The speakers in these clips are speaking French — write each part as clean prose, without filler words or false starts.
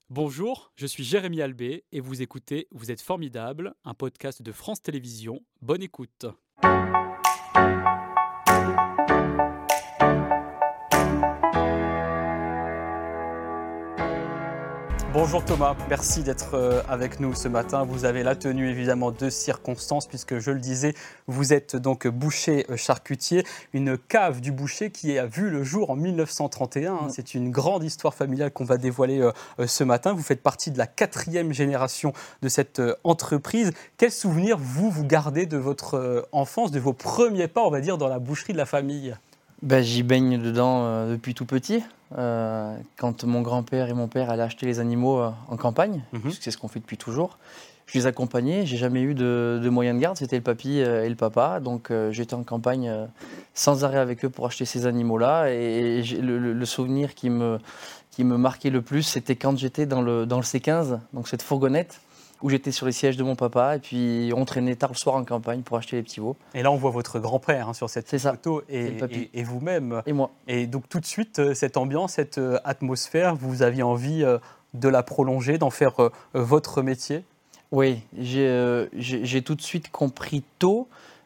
Bonjour, je suis Jérémy Albé et vous écoutez Vous êtes formidable, un podcast de France Télévisions. Bonne écoute. Bonjour Thomas, merci d'être avec nous ce matin. Vous avez la tenue évidemment de circonstance puisque je le disais, vous êtes donc boucher charcutier, une cave du boucher qui a vu le jour en 1931. C'est une grande histoire familiale qu'on va dévoiler ce matin. Vous faites partie de la 4e génération de cette entreprise. Quel souvenir vous gardez de votre enfance, de vos premiers pas, on va dire, dans la boucherie de la famille ? J'y baigne dedans depuis tout petit. Quand mon grand-père et mon père allaient acheter les animaux en campagne, puisque c'est ce qu'on fait depuis toujours, je les accompagnais. J'ai jamais eu de moyen de garde, c'était le papy et le papa. Donc j'étais en campagne sans arrêt avec eux pour acheter ces animaux-là. Et le souvenir qui me marquait le plus, c'était quand j'étais dans le C15, donc cette fourgonnette, où j'étais sur les sièges de mon papa et puis on traînait tard le soir en campagne pour acheter les petits veaux. Et là, on voit votre grand-père sur cette photo et vous-même. Et moi. Et donc tout de suite, cette ambiance, cette atmosphère, vous aviez envie de la prolonger, d'en faire votre métier ? Oui, j'ai tout de suite compris tôt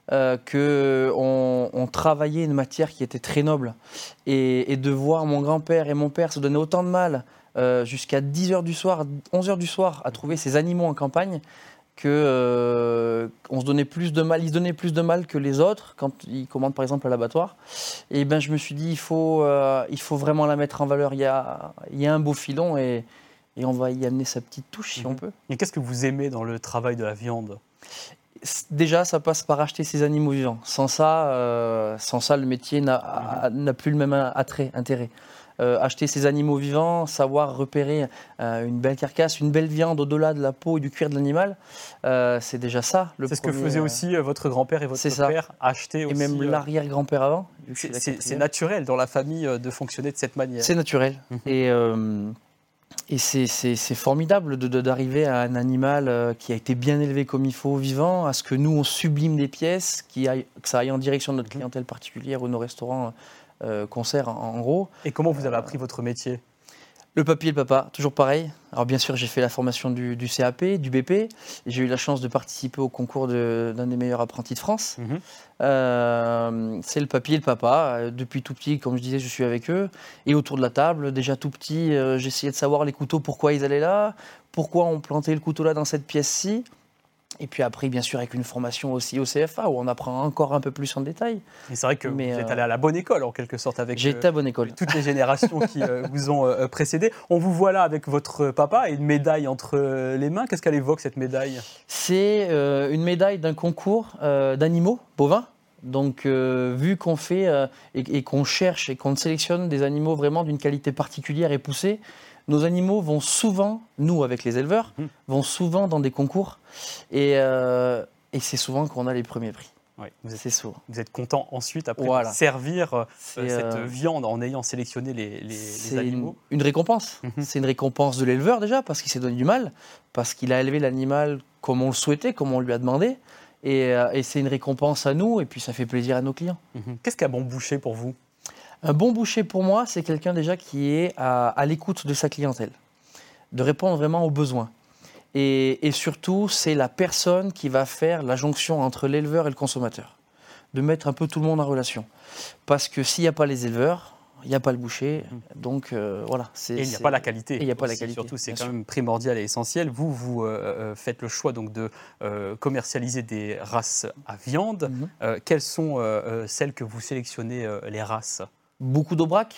qu'on travaillait une matière qui était très noble. Et de voir mon grand-père et mon père se donner autant de mal jusqu'à 10h du soir, 11h du soir, à trouver ces animaux en campagne, on se donnait plus de mal, ils se donnaient plus de mal que les autres quand ils commandent par exemple à l'abattoir. Et je me suis dit, il faut vraiment la mettre en valeur. Il y a un beau filon et on va y amener sa petite touche si on peut. Et qu'est-ce que vous aimez dans le travail de la viande ? Déjà, ça passe par acheter ces animaux vivants. Sans ça, le métier n'a plus le même intérêt. Acheter ces animaux vivants, savoir repérer une belle carcasse, une belle viande au-delà de la peau et du cuir de l'animal, c'est déjà ça. C'est ce que faisait aussi votre grand-père et votre père, acheter aussi. Et même l'arrière-grand-père avant. C'est naturel dans la famille de fonctionner de cette manière. C'est naturel. Et c'est formidable d'arriver à un animal qui a été bien élevé comme il faut, vivant, à ce que nous, on sublime des pièces, que ça aille en direction de notre clientèle particulière ou nos restaurants concerts en gros. Et comment vous avez appris votre métier ? Le papy et le papa, toujours pareil. Alors bien sûr, j'ai fait la formation du CAP, du BP. Et j'ai eu la chance de participer au concours d'un des meilleurs apprentis de France. C'est le papy et le papa. Depuis tout petit, comme je disais, je suis avec eux. Et autour de la table, déjà tout petit, j'essayais de savoir les couteaux, pourquoi ils allaient là, pourquoi on plantait le couteau là dans cette pièce-ci. Et puis après, bien sûr, avec une formation aussi au CFA, où on apprend encore un peu plus en détail. Et c'est vrai que vous êtes allé à la bonne école, en quelque sorte, avec j'ai été à bonne école. Toutes les générations qui vous ont précédé. On vous voit là avec votre papa et une médaille entre les mains. Qu'est-ce qu'elle évoque, cette médaille ? C'est une médaille d'un concours d'animaux bovins. Donc, vu qu'on fait et qu'on cherche et qu'on sélectionne des animaux vraiment d'une qualité particulière et poussée, nos animaux vont souvent, nous avec les éleveurs, vont souvent dans des concours et c'est souvent qu'on a les premiers prix. Oui, vous êtes content ensuite après de servir cette viande en ayant sélectionné les animaux. C'est une récompense. C'est une récompense de l'éleveur déjà parce qu'il s'est donné du mal, parce qu'il a élevé l'animal comme on le souhaitait, comme on lui a demandé. Et c'est une récompense à nous et puis ça fait plaisir à nos clients. Qu'est-ce qu'un bon boucher pour vous ? Un bon boucher pour moi, c'est quelqu'un déjà qui est à l'écoute de sa clientèle, de répondre vraiment aux besoins. Et surtout, c'est la personne qui va faire la jonction entre l'éleveur et le consommateur, de mettre un peu tout le monde en relation. Parce que s'il n'y a pas les éleveurs, il n'y a pas le boucher, donc voilà. Et il n'y a pas la qualité. Et il n'y a pas la qualité. Surtout, c'est quand même primordial et essentiel. Vous faites le choix donc de commercialiser des races à viande. Quelles sont celles que vous sélectionnez, les races ? Beaucoup d'Aubrac,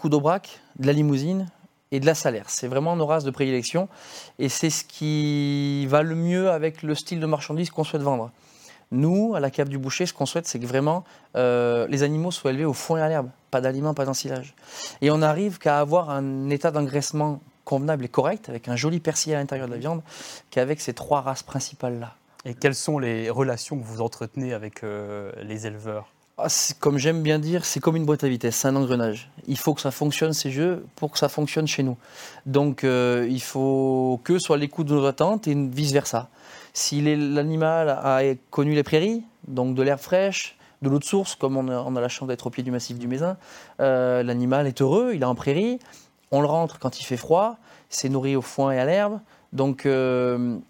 de la Limousine et de la Salaire. C'est vraiment nos races de prédilection et c'est ce qui va le mieux avec le style de marchandise qu'on souhaite vendre. Nous, à la cave du boucher, ce qu'on souhaite, c'est que vraiment les animaux soient élevés au foin et à l'herbe, pas d'aliments, pas d'ensilage. Et on arrive qu'à avoir un état d'engraissement convenable et correct, avec un joli persillé à l'intérieur de la viande, qu'avec ces 3 races principales-là. Et quelles sont les relations que vous entretenez avec les éleveurs ? Comme j'aime bien dire, c'est comme une boîte à vitesse, c'est un engrenage. Il faut que ça fonctionne, ces jeux, pour que ça fonctionne chez nous. Donc il faut qu'eux soient à l'écoute de nos attentes et vice-versa. Si l'animal a connu les prairies, donc de l'herbe fraîche, de l'eau de source, comme on a la chance d'être au pied du massif du Mézin, l'animal est heureux, il est en prairie, on le rentre quand il fait froid. c'est nourri au foin et à l'herbe. Donc, ils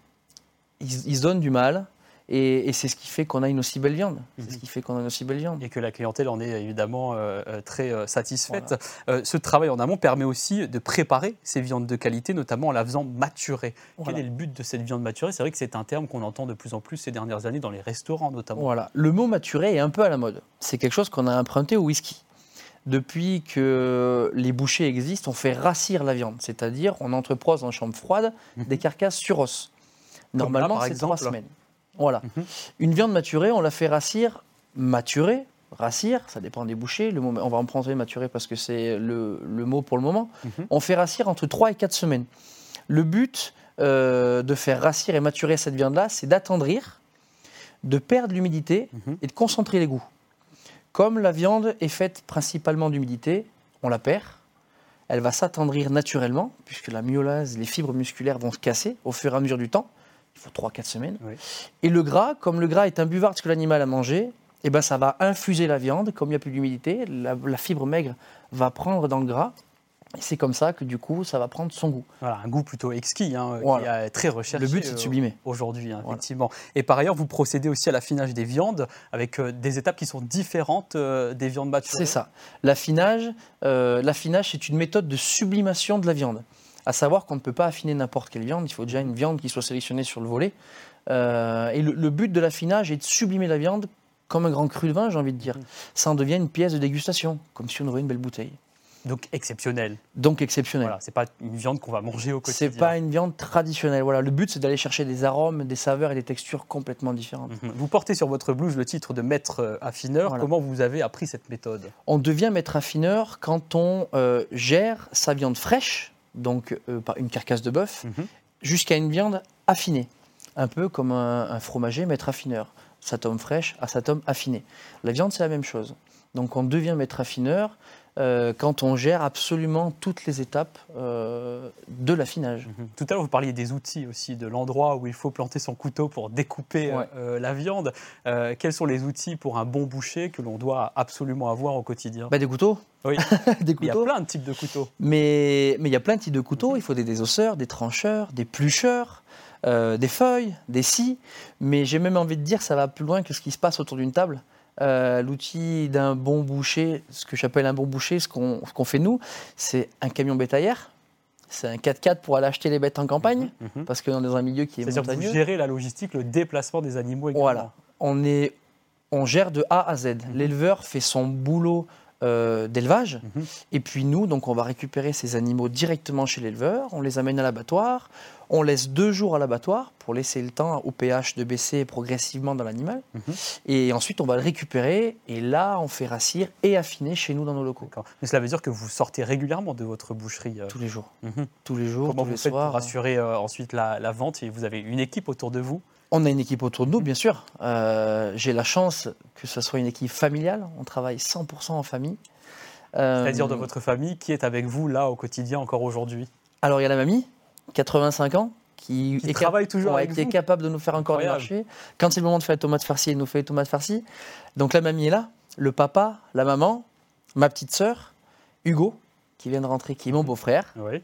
se donnent du mal. Et c'est ce qui fait qu'on a une aussi belle viande. C'est ce qui fait qu'on a une aussi belle viande. Et que la clientèle en est évidemment très satisfaite. Voilà. Ce travail en amont permet aussi de préparer ces viandes de qualité, notamment en la faisant maturer. Voilà. Quel est le but de cette viande maturée? C'est vrai que c'est un terme qu'on entend de plus en plus ces dernières années dans les restaurants notamment. Voilà. Le mot maturé est un peu à la mode. C'est quelque chose qu'on a emprunté au whisky. Depuis que les bouchers existent, on fait rassir la viande. C'est-à-dire, on entrepose en chambre froide des carcasses sur os. Normalement, c'est 3 semaines. Voilà. Une viande maturée, on la fait rassir, rassir, ça dépend des bouchers. On va emprunter maturé parce que c'est le mot pour le moment. On fait rassir entre 3 et 4 semaines. Le but de faire rassir et maturer cette viande-là, c'est d'attendrir, de perdre l'humidité et de concentrer les goûts. Comme la viande est faite principalement d'humidité, on la perd. Elle va s'attendrir naturellement, puisque la myolase, les fibres musculaires vont se casser au fur et à mesure du temps. Il faut 3-4 semaines. Oui. Et le gras, comme le gras est imbuvable parce que l'animal a mangé, eh ben ça va infuser la viande. Comme il n'y a plus d'humidité, la fibre maigre va prendre dans le gras. Et c'est comme ça que du coup, ça va prendre son goût. Voilà, un goût plutôt exquis, qui est très recherché. Le but, c'est de sublimer. Aujourd'hui, effectivement. Et par ailleurs, vous procédez aussi à l'affinage des viandes avec des étapes qui sont différentes des viandes maturées. C'est ça. L'affinage, c'est une méthode de sublimation de la viande. À savoir qu'on ne peut pas affiner n'importe quelle viande, il faut déjà une viande qui soit sélectionnée sur le volet. Et le but de l'affinage est de sublimer la viande comme un grand cru de vin, j'ai envie de dire. Ça en devient une pièce de dégustation, comme si on ouvrait une belle bouteille. Donc exceptionnel. Voilà, c'est pas une viande qu'on va manger au quotidien. C'est pas une viande traditionnelle. Voilà, le but c'est d'aller chercher des arômes, des saveurs et des textures complètement différentes. Vous portez sur votre blouse le titre de maître affineur. Voilà. Comment vous avez appris cette méthode? On devient maître affineur quand on gère sa viande fraîche, donc une carcasse de bœuf, jusqu'à une viande affinée. Un peu comme un fromager maître affineur. Sa tome fraîche à sa tome affinée. La viande, c'est la même chose. Donc on devient maître affineur quand on gère absolument toutes les étapes de l'affinage. Tout à l'heure, vous parliez des outils aussi, de l'endroit où il faut planter son couteau pour découper la viande. Quels sont les outils pour un bon boucher que l'on doit absolument avoir au quotidien? Des couteaux. Oui, des couteaux. Il y a plein de types de couteaux. Mais il y a plein de types de couteaux. Il faut des désosseurs, des trancheurs, des plucheurs, des feuilles, des scies. Mais j'ai même envie de dire que ça va plus loin que ce qui se passe autour d'une table. L'outil d'un bon boucher, ce que j'appelle un bon boucher, ce qu'on fait nous, c'est un camion bétaillère. C'est un 4x4 pour aller acheter les bêtes en campagne, parce qu'on est dans un milieu qui est montagneux. C'est-à-dire que vous gérez la logistique, le déplacement des animaux également. Voilà, on gère de A à Z. L'éleveur fait son boulot d'élevage, et puis nous, donc on va récupérer ces animaux directement chez l'éleveur, on les amène à l'abattoir, on laisse 2 jours à l'abattoir pour laisser le temps au pH de baisser progressivement dans l'animal, et ensuite on va le récupérer, et là on fait rassir et affiner chez nous dans nos locaux. Mais cela veut dire que vous sortez régulièrement de votre boucherie? Tous les jours. Tous les jours, Comment tous les vous faites soirs. Pour assurer ensuite la vente? Et vous avez une équipe autour de vous? On a une équipe autour de nous, bien sûr. J'ai la chance que ce soit une équipe familiale. On travaille 100% en famille. C'est-à-dire de votre famille, qui est avec vous là au quotidien encore aujourd'hui? Alors il y a la mamie, 85 ans, qui travaille toujours avec qui est capable de nous faire encore des marchés. Quand c'est le moment de faire les tomates farcies, elle nous fait les tomates farcies. Donc la mamie est là, le papa, la maman, ma petite sœur, Hugo, qui vient de rentrer, qui est mon beau-frère. Oui.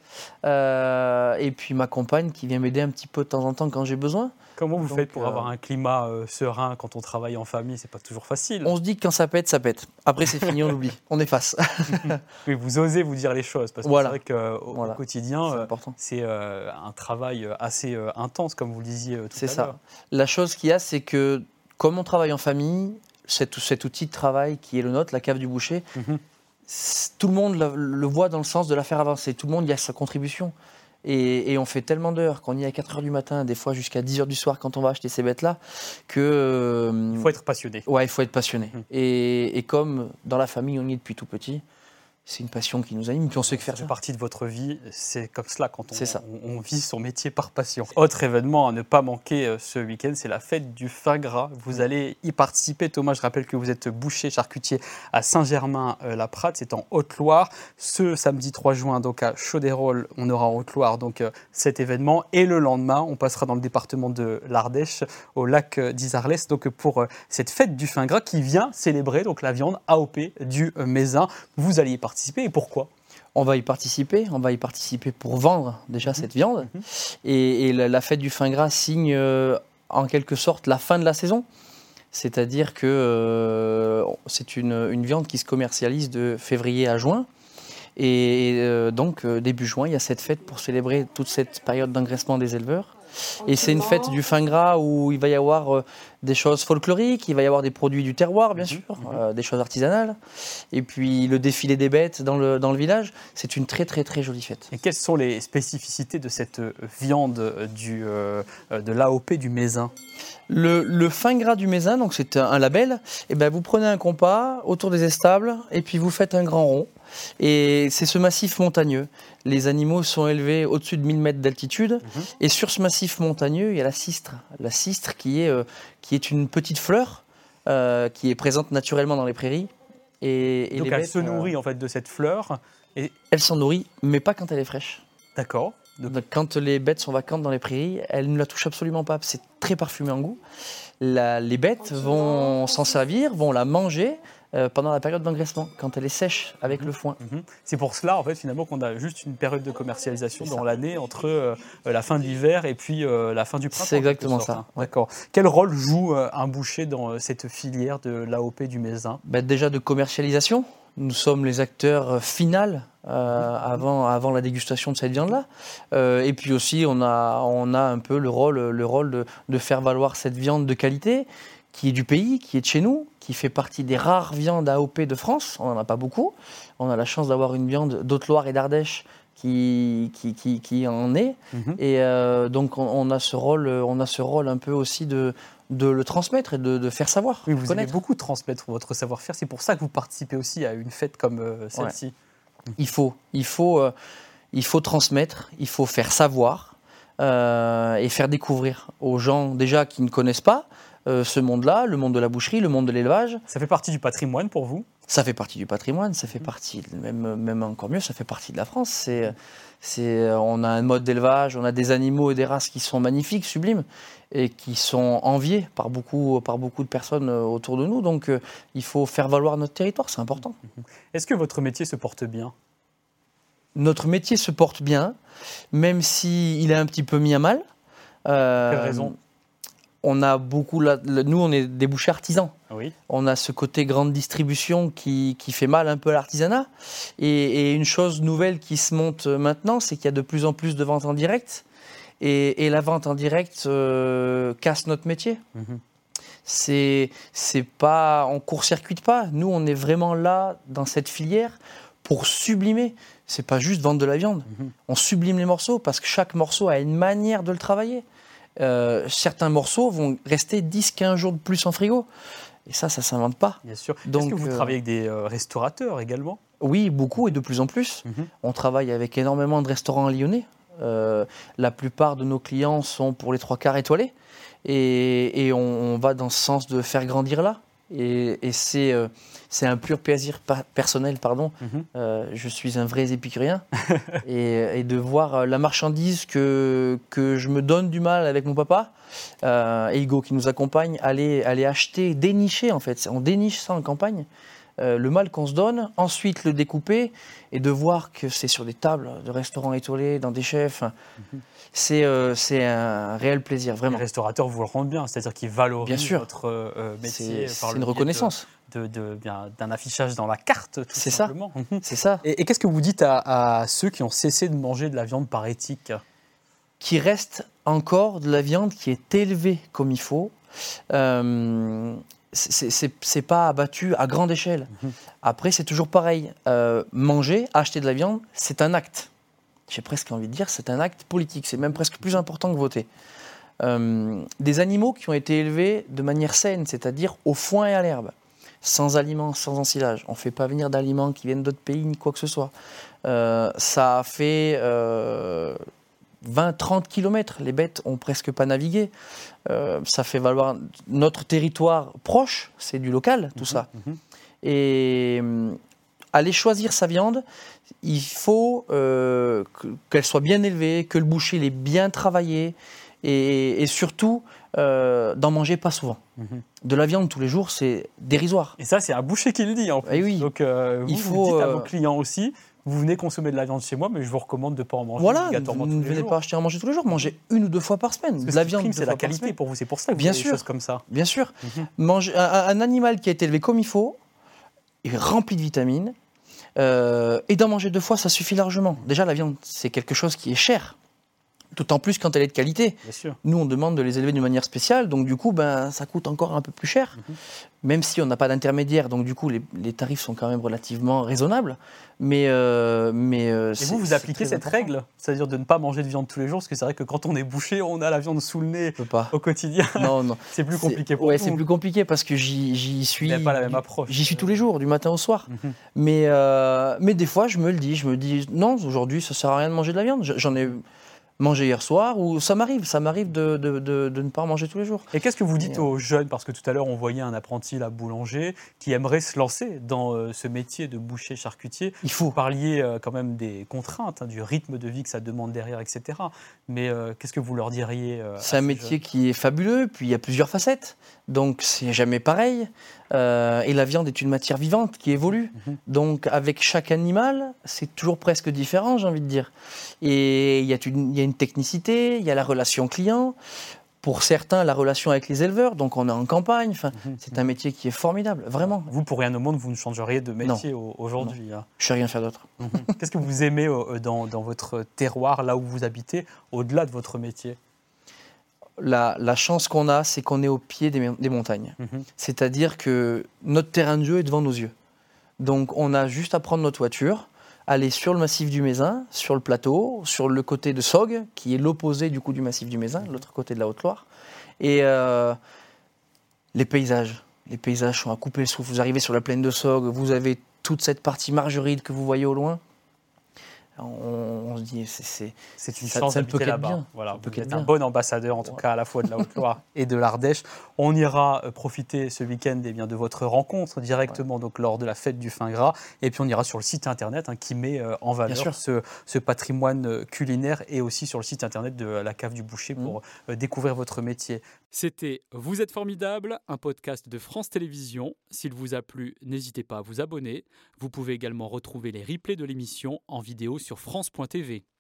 Et puis ma compagne qui vient m'aider un petit peu de temps en temps quand j'ai besoin. Comment vous faites pour avoir un climat serein quand on travaille en famille? C'est pas toujours facile. On se dit que quand ça pète, ça pète. Après c'est fini, on oublie, on efface. Oui, vous osez vous dire les choses, parce que c'est vrai qu'au quotidien, c'est un travail assez intense, comme vous le disiez tout à l'heure. C'est ça. La chose qu'il y a, c'est que comme on travaille en famille, cet outil de travail qui est le nôtre, la cave du boucher, tout le monde le voit dans le sens de la faire avancer. Tout le monde y a sa contribution. Et on fait tellement d'heures, qu'on y est à 4h du matin, des fois jusqu'à 10h du soir quand on va acheter ces bêtes-là, que... il faut être passionné. Ouais, il faut être passionné. Et comme dans la famille, on y est depuis tout petit, c'est une passion qui nous anime, puis on sait que faire ça. C'est partie de votre vie, c'est comme cela quand on vit son métier par passion. Autre événement à ne pas manquer ce week-end, c'est la fête du foie gras. Vous allez y participer. Thomas, je rappelle que vous êtes boucher charcutier à Saint-Germain-la-Prade, c'est en Haute-Loire. Ce samedi 3 juin, donc à Chauderolles, on aura en Haute-Loire donc, cet événement. Et le lendemain, on passera dans le département de l'Ardèche, au lac d'Isarlès, donc pour cette fête du foie gras qui vient célébrer donc, la viande AOP du Mézin. Vous allez y participer. Et pourquoi? On va y participer pour vendre déjà cette viande. Et la fête du fin gras signe en quelque sorte la fin de la saison. C'est-à-dire que c'est une viande qui se commercialise de février à juin. Et donc, début juin, il y a cette fête pour célébrer toute cette période d'engraissement des éleveurs. Et c'est une fête du fin gras où il va y avoir des choses folkloriques, il va y avoir des produits du terroir, bien sûr, des choses artisanales. Et puis le défilé des bêtes dans le village. C'est une très, très, très jolie fête. Et quelles sont les spécificités de cette viande de l'AOP du Mézin ? Le fin gras du Mézin, donc c'est un label. Et ben vous prenez un compas autour des éstables et puis vous faites un grand rond. Et c'est ce massif montagneux. Les animaux sont élevés au-dessus de 1000 mètres d'altitude. Et sur ce massif montagneux, il y a la cistre. La cistre qui est une petite fleur qui est présente naturellement dans les prairies. Et donc les elle bêtes, se nourrit en fait de cette fleur. Elle s'en nourrit, mais pas quand elle est fraîche. D'accord. Donc, quand les bêtes sont vacantes dans les prairies, elles ne la touchent absolument pas. C'est très parfumé en goût. Les bêtes vont s'en servir, vont la manger pendant la période d'engraissement, quand elle est sèche avec le foin. C'est pour cela, en fait, finalement, qu'on a juste une période de commercialisation dans l'année entre la fin de l'hiver et puis la fin du printemps. C'est exactement ça. Ouais. D'accord. Quel rôle joue un boucher dans cette filière de l'AOP du Mézin ? Déjà de commercialisation. Nous sommes les acteurs finaux avant la dégustation de cette viande-là. Et puis aussi, on a un peu le rôle de faire valoir cette viande de qualité qui est du pays, qui est de chez nous, qui fait partie des rares viandes AOP de France. On n'en a pas beaucoup. On a la chance d'avoir une viande d'Haute-Loire et d'Ardèche qui en est. Et donc, on a ce rôle un peu aussi de le transmettre et de faire savoir. Oui, vous connaître. aimez beaucoup transmettre votre savoir-faire. C'est pour ça que vous participez aussi à une fête comme celle-ci. Ouais. Il faut transmettre, il faut faire savoir et faire découvrir aux gens déjà qui ne connaissent pas ce monde-là, le monde de la boucherie, le monde de l'élevage. Ça fait partie du patrimoine pour vous ? Ça fait partie du patrimoine, ça fait partie, même encore mieux, ça fait partie de la France. On a un mode d'élevage, on a des animaux et des races qui sont magnifiques, sublimes, et qui sont enviés par beaucoup de personnes autour de nous. Donc il faut faire valoir notre territoire, c'est important. Est-ce que votre métier se porte bien ? Notre métier se porte bien, même s'il est un petit peu mis à mal. Quelle raison ? On a nous, on est des bouchers artisans. Oui. On a ce côté grande distribution qui fait mal un peu à l'artisanat. Et une chose nouvelle qui se monte maintenant, c'est qu'il y a de plus en plus de ventes en direct. Et la vente en direct casse notre métier. C'est pas, on court-circuite pas. Nous, on est vraiment là dans cette filière pour sublimer. C'est pas juste vendre de la viande. On sublime les morceaux parce que chaque morceau a une manière de le travailler. Certains morceaux vont rester 10-15 jours de plus en frigo. Et ça s'invente pas. Bien sûr. Donc, est-ce que vous travaillez avec des restaurateurs également ? Oui, beaucoup et de plus en plus. On travaille avec énormément de restaurants lyonnais. La plupart de nos clients sont pour les 3/4 étoilés. Et on va dans ce sens de faire grandir là. Et c'est un pur plaisir personnel, pardon. Je suis un vrai épicurien. et de voir la marchandise que je me donne du mal avec mon papa, et Hugo qui nous accompagne, aller acheter, dénicher en fait. On déniche ça en campagne. Le mal qu'on se donne, ensuite le découper et de voir que c'est sur des tables de restaurants étoilés, dans des chefs. C'est un réel plaisir, vraiment. Les restaurateurs vous le rendent bien, c'est-à-dire qu'ils valorisent votre métier. C'est une reconnaissance. D'un affichage dans la carte, tout simplement. C'est ça. Et qu'est-ce que vous dites à ceux qui ont cessé de manger de la viande par éthique ? Qu'il reste encore de la viande qui est élevée comme il faut. C'est pas abattu à grande échelle. Après, c'est toujours pareil. Manger, acheter de la viande, c'est un acte. J'ai presque envie de dire, c'est un acte politique. C'est même presque plus important que voter. Des animaux qui ont été élevés de manière saine, c'est-à-dire au foin et à l'herbe, sans aliments, sans ensilage. On ne fait pas venir d'aliments qui viennent d'autres pays ni quoi que ce soit. Ça a fait 20-30 km. Les bêtes ont presque pas navigué. Ça fait valoir notre territoire proche, c'est du local, tout ça. Et aller choisir sa viande, il faut qu'elle soit bien élevée, que le boucher l'ait bien travaillée et surtout d'en manger pas souvent. De la viande tous les jours, c'est dérisoire. Et ça, c'est un boucher qui le dit en plus. Et oui. Donc vous dites à vos clients aussi, vous venez consommer de la viande chez moi, mais je vous recommande de ne pas en manger Voilà, obligatoirement vous tous ne les venez jours. pas acheter à manger tous les jours, mangez 1 ou 2 fois par semaine. Parce De que la ce qui viande prime, 2 c'est fois la par qualité semaine. pour vous, c'est pour ça que vous Bien faites des sûr. choses comme ça. Bien sûr. Mhm. Un animal qui a été élevé comme il faut, est rempli de vitamines, et d'en manger 2 fois, ça suffit largement. Déjà, la viande, c'est quelque chose qui est cher. D'autant plus quand elle est de qualité. Bien sûr. Nous, on demande de les élever d'une manière spéciale, donc du coup, ça coûte encore un peu plus cher, même si on n'a pas d'intermédiaire, donc du coup, les tarifs sont quand même relativement raisonnables. Mais Et vous appliquez cette règle, c'est-à-dire de ne pas manger de viande tous les jours, parce que c'est vrai que quand on est bouché, on a la viande sous le nez Je peux pas. au quotidien. Non, non. C'est plus compliqué pour Ouais, vous. c'est plus compliqué parce que j'y suis. Vous n'avez pas la même approche. J'y suis tous les jours, du matin au soir. Mhm. Mais des fois, je me dis, non, aujourd'hui, ça sert à rien de manger de la viande. J'en ai mangé hier soir, ou ça m'arrive de ne pas en manger tous les jours. Et qu'est-ce que vous dites aux jeunes, parce que tout à l'heure on voyait un apprenti là, boulanger qui aimerait se lancer dans ce métier de boucher charcutier. Il faut. Vous parliez quand même des contraintes, du rythme de vie que ça demande derrière, etc. Mais qu'est-ce que vous leur diriez C'est un métier qui est fabuleux, puis il y a plusieurs facettes, donc c'est jamais pareil. Et la viande est une matière vivante qui évolue. Donc avec chaque animal, c'est toujours presque différent, j'ai envie de dire. Et il y a une technicité, il y a la relation client. Pour certains, la relation avec les éleveurs, donc on est en campagne. Enfin, c'est un métier qui est formidable, vraiment. Vous, pour rien au monde, vous ne changeriez de métier aujourd'hui. Hein. Je ne sais rien faire d'autre. Qu'est-ce que vous aimez dans votre terroir, là où vous habitez, au-delà de votre métier ? La chance qu'on a, c'est qu'on est au pied des montagnes. C'est-à-dire que notre terrain de jeu est devant nos yeux. Donc on a juste à prendre notre voiture, aller sur le massif du Mézin, sur le plateau, sur le côté de Saugues, qui est l'opposé du coup du massif du Mézin, l'autre côté de la Haute-Loire. Et les paysages sont à couper le souffle. Vous arrivez sur la plaine de Saugues, vous avez toute cette partie margeride que vous voyez au loin. On se dit, c'est une chance d'habiter là-bas. Voilà, vous êtes un bien. bon ambassadeur, en tout cas à la fois de la Haute-Loire et de l'Ardèche. On ira profiter ce week-end de votre rencontre directement donc, lors de la fête du Fin Gras. Et puis on ira sur le site internet qui met en valeur ce patrimoine culinaire et aussi sur le site internet de la Cave du Boucher pour découvrir votre métier. C'était Vous êtes formidable, un podcast de France Télévisions. S'il vous a plu, n'hésitez pas à vous abonner. Vous pouvez également retrouver les replays de l'émission en vidéo sur France.tv.